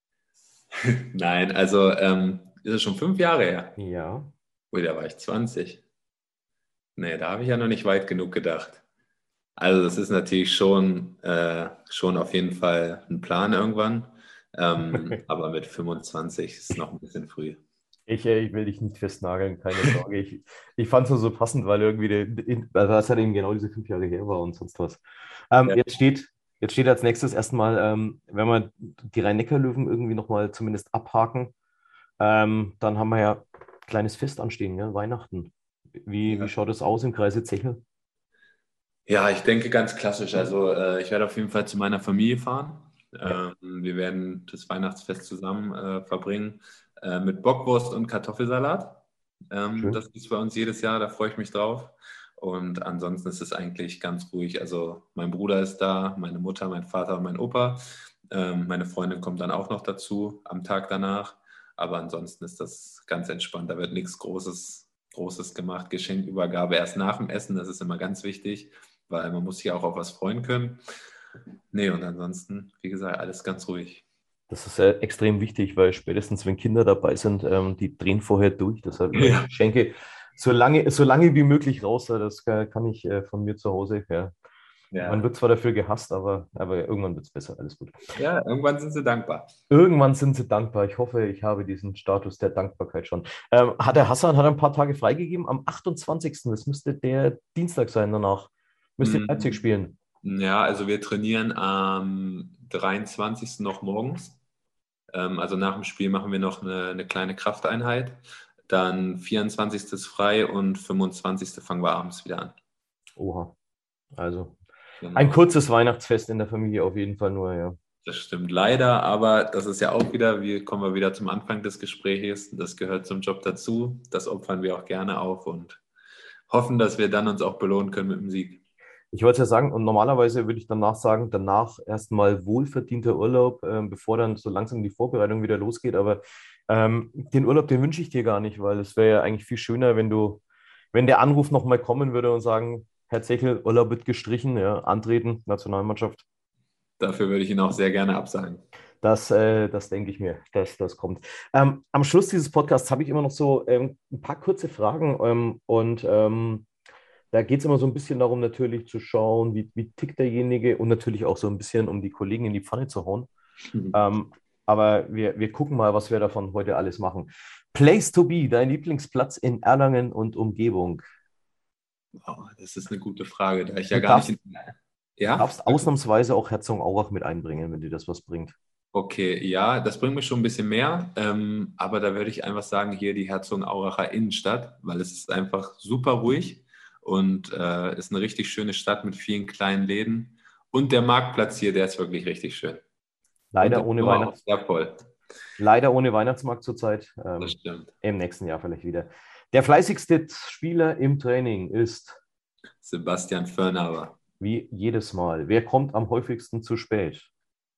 Nein, also ist es schon 5 Jahre her? Ja. Ui, da war ich 20. Nee, da habe ich ja noch nicht weit genug gedacht. Also das ist natürlich schon auf jeden Fall ein Plan irgendwann. Aber mit 25 ist es noch ein bisschen früh. Ich will dich nicht festnageln, keine Sorge. Ich fand es nur so passend, weil irgendwie das halt eben genau diese 5 Jahre her war und sonst was. Ja. Jetzt steht als nächstes erstmal, wenn wir die Rhein-Neckar-Löwen irgendwie nochmal zumindest abhaken, dann haben wir ja ein kleines Fest anstehen, ja, Weihnachten. Wie schaut es aus im Kreise Zechel? Ja, ich denke ganz klassisch. Also ich werde auf jeden Fall zu meiner Familie fahren. Wir werden das Weihnachtsfest zusammen verbringen mit Bockwurst und Kartoffelsalat. Das ist bei uns jedes Jahr, da freue ich mich drauf. Und ansonsten ist es eigentlich ganz ruhig. Also mein Bruder ist da, meine Mutter, mein Vater und mein Opa. Meine Freundin kommt dann auch noch dazu am Tag danach. Aber ansonsten ist das ganz entspannt. Da wird nichts Großes gemacht. Geschenkübergabe erst nach dem Essen, das ist immer ganz wichtig, weil man muss sich auch auf was freuen können. Nee, und ansonsten, wie gesagt, alles ganz ruhig. Das ist extrem wichtig, weil spätestens, wenn Kinder dabei sind, die drehen vorher durch. Deshalb Geschenke so lange wie möglich raus. Das kann ich von mir zu Hause. Ja. Man Ja. wird zwar dafür gehasst, aber irgendwann wird es besser. Alles gut. Ja, irgendwann sind sie dankbar. Irgendwann sind sie dankbar. Ich hoffe, ich habe diesen Status der Dankbarkeit schon. Der Hassan hat ein paar Tage freigegeben. Am 28. Das müsste der Dienstag sein danach. Müsste Leipzig Mm, spielen. Ja, also wir trainieren am 23. noch morgens. Also nach dem Spiel machen wir noch eine kleine Krafteinheit. Dann 24. ist frei und 25. fangen wir abends wieder an. Oha. Also ein Genau. kurzes Weihnachtsfest in der Familie auf jeden Fall nur, ja. Das stimmt leider, aber das ist ja auch wieder, kommen wir wieder zum Anfang des Gesprächs. Das gehört zum Job dazu. Das opfern wir auch gerne auf und hoffen, dass wir dann uns auch belohnen können mit dem Sieg. Ich wollte ja sagen, und normalerweise würde ich danach sagen, danach erstmal wohlverdienter Urlaub, bevor dann so langsam die Vorbereitung wieder losgeht. Aber den Urlaub, den wünsche ich dir gar nicht, weil es wäre ja eigentlich viel schöner, wenn der Anruf nochmal kommen würde und sagen, Herr Zechel, Urlaub wird gestrichen, ja, antreten, Nationalmannschaft. Dafür würde ich ihn auch sehr gerne absagen. Das denke ich mir, dass das kommt. Am Schluss dieses Podcasts habe ich immer noch so ein paar kurze Fragen da geht es immer so ein bisschen darum, natürlich zu schauen, wie tickt derjenige und natürlich auch so ein bisschen, um die Kollegen in die Pfanne zu hauen. Aber wir gucken mal, was wir davon heute alles machen. Place to be, dein Lieblingsplatz in Erlangen und Umgebung. Oh, das ist eine gute Frage, da ich ja Du gar nicht. Ja? darfst ausnahmsweise auch Herzogenaurach mit einbringen, wenn dir das was bringt. Okay, ja, das bringt mich schon ein bisschen mehr, aber da würde ich einfach sagen, hier die Herzogenauracher Innenstadt, weil es ist einfach super ruhig und ist eine richtig schöne Stadt mit vielen kleinen Läden. Und der Marktplatz hier, der ist wirklich richtig schön. Und Leider im ohne Sommer auch sehr voll. Leider ohne Weihnachtsmarkt zurzeit. Das stimmt. Im nächsten Jahr vielleicht wieder. Der fleißigste Spieler im Training ist, Sebastian Förnhaber. wie jedes Mal, wer kommt am häufigsten zu spät?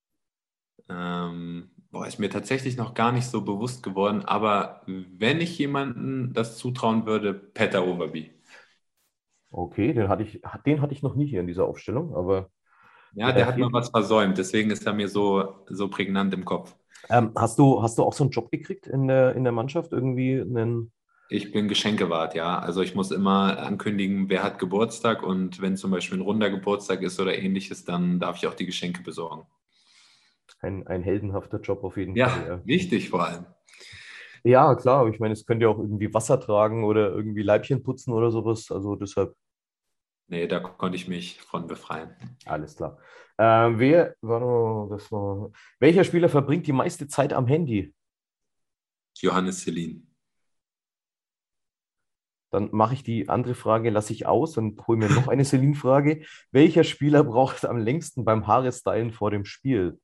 Ist mir tatsächlich noch gar nicht so bewusst geworden, aber wenn ich jemandem das zutrauen würde, Petter Overby. Okay, den hatte ich noch nie hier in dieser Aufstellung, aber Ja, der hat mal was versäumt, deswegen ist er mir so prägnant im Kopf. hast du auch so einen Job gekriegt in der Mannschaft? Irgendwie einen. Ich bin Geschenkewart, ja. Also ich muss immer ankündigen, wer hat Geburtstag und wenn zum Beispiel ein runder Geburtstag ist oder ähnliches, dann darf ich auch die Geschenke besorgen. Ein heldenhafter Job auf jeden Fall, Ja, ja. wichtig vor allem. Ja, klar, aber ich meine, es könnte ja auch irgendwie Wasser tragen oder irgendwie Leibchen putzen oder sowas. Also deshalb, Nee, da konnte ich mich von befreien. alles klar. Warte mal, welcher Spieler verbringt die meiste Zeit am Handy? Johannes Selin. Dann mache ich die andere Frage, lasse ich aus und hole mir noch eine Celine-Frage. Welcher Spieler braucht am längsten beim Haare-Stylen vor dem Spiel?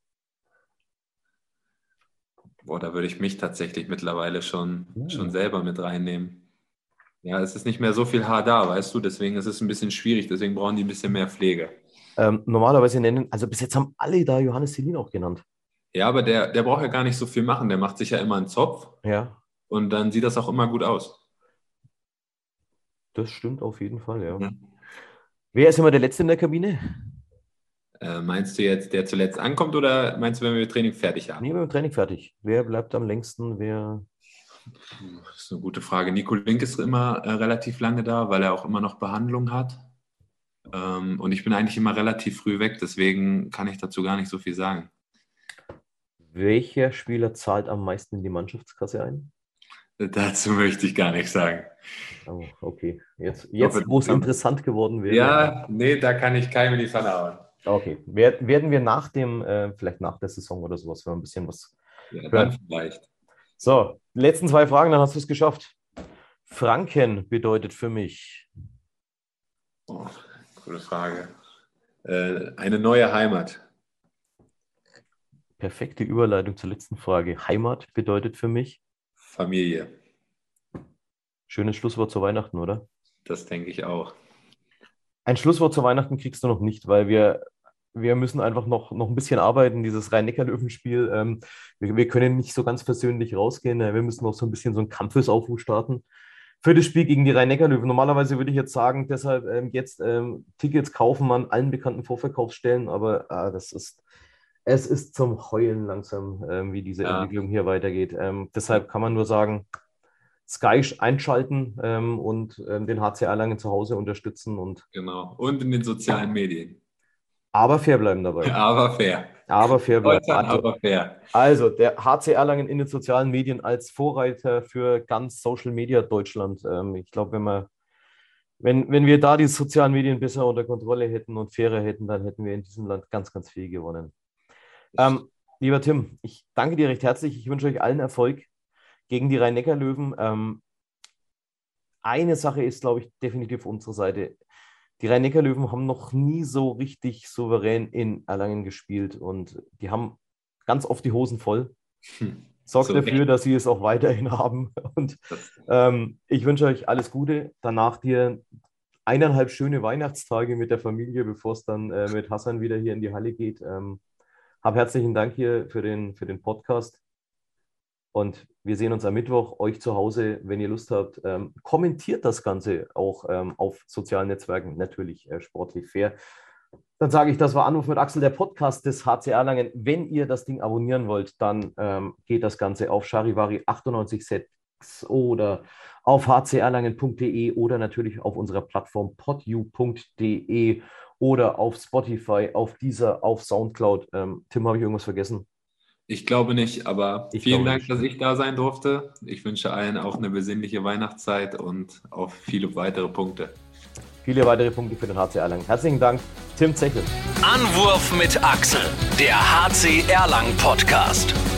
Boah, da würde ich mich tatsächlich mittlerweile schon selber mit reinnehmen. Ja, es ist nicht mehr so viel Haar da, weißt du, deswegen ist es ein bisschen schwierig, deswegen brauchen die ein bisschen mehr Pflege. Normalerweise also bis jetzt haben alle da Johannes Celine auch genannt. Ja, aber der braucht ja gar nicht so viel machen, der macht sich ja immer einen Zopf Ja, und dann sieht das auch immer gut aus. das stimmt auf jeden Fall, ja. Ja. Wer ist immer der Letzte in der Kabine? Meinst du jetzt, der zuletzt ankommt oder meinst du, wenn wir Training fertig haben? Nee, wir haben Training fertig. Wer bleibt am längsten? Das ist eine gute Frage. Nico Link ist immer relativ lange da, weil er auch immer noch Behandlung hat. Und ich bin eigentlich immer relativ früh weg, deswegen kann ich dazu gar nicht so viel sagen. Welcher Spieler zahlt am meisten in die Mannschaftskasse ein? Dazu möchte ich gar nichts sagen. Oh, okay. Jetzt hoffe, wo es interessant geworden wäre. Ja, nee, da kann ich keinem in die Pfanne hauen. Okay. Werden wir vielleicht nach der Saison oder sowas, wenn wir ein bisschen was Ja, hören. dann vielleicht. So, letzten 2 Fragen, dann hast du es geschafft. Franken bedeutet für mich. Oh, gute Frage. Eine neue Heimat. Perfekte Überleitung zur letzten Frage. Heimat bedeutet für mich. Familie. Schönes Schlusswort zu Weihnachten, oder? Das denke ich auch. Ein Schlusswort zu Weihnachten kriegst du noch nicht, weil wir müssen einfach noch ein bisschen arbeiten, dieses Rhein-Neckar-Löwen-Spiel. Wir können nicht so ganz versöhnlich rausgehen. Wir müssen noch so ein bisschen so einen Kampfesaufruf starten für das Spiel gegen die Rhein-Neckar-Löwen. Normalerweise würde ich jetzt sagen, deshalb jetzt Tickets kaufen an allen bekannten Vorverkaufsstellen, aber es ist zum Heulen langsam, wie diese Entwicklung hier weitergeht. Deshalb kann man nur sagen, Sky einschalten und den HC Erlangen zu Hause unterstützen. Genau. Und in den sozialen Medien. Aber fair bleiben dabei. Aber fair. Aber fair bleiben. Aber fair. Also, der HC Erlangen in den sozialen Medien als Vorreiter für ganz Social Media Deutschland. Ich glaube, wenn wir da die sozialen Medien besser unter Kontrolle hätten und fairer hätten, dann hätten wir in diesem Land ganz, ganz viel gewonnen. Lieber Tim, ich danke dir recht herzlich. Ich wünsche euch allen Erfolg gegen die Rhein-Neckar-Löwen. Eine Sache ist, glaube ich, definitiv unsere Seite. Die Rhein-Neckar-Löwen haben noch nie so richtig souverän in Erlangen gespielt und die haben ganz oft die Hosen voll. Sorgt so dafür, dass sie es auch weiterhin haben. Und ich wünsche euch alles Gute. Danach dir 1,5 schöne Weihnachtstage mit der Familie, bevor es dann mit Hassan wieder hier in die Halle geht. Hab herzlichen Dank hier für den Podcast. Und wir sehen uns am Mittwoch. Euch zu Hause, wenn ihr Lust habt, kommentiert das Ganze auch auf sozialen Netzwerken, natürlich sportlich fair. Dann sage ich, das war Anruf mit Axel, der Podcast des HC Erlangen. Wenn ihr das Ding abonnieren wollt, dann geht das Ganze auf charivari986 oder auf hcerlangen.de oder natürlich auf unserer Plattform podu.de oder auf Spotify, auf Deezer, auf Soundcloud. Tim, habe ich irgendwas vergessen? Ich glaube nicht, aber vielen Dank, dass ich da sein durfte. Ich wünsche allen auch eine besinnliche Weihnachtszeit und auf viele weitere Punkte. Viele weitere Punkte für den HC Erlangen. Herzlichen Dank, Tim Zechel. Anwurf mit Axel, der HC Erlangen Podcast.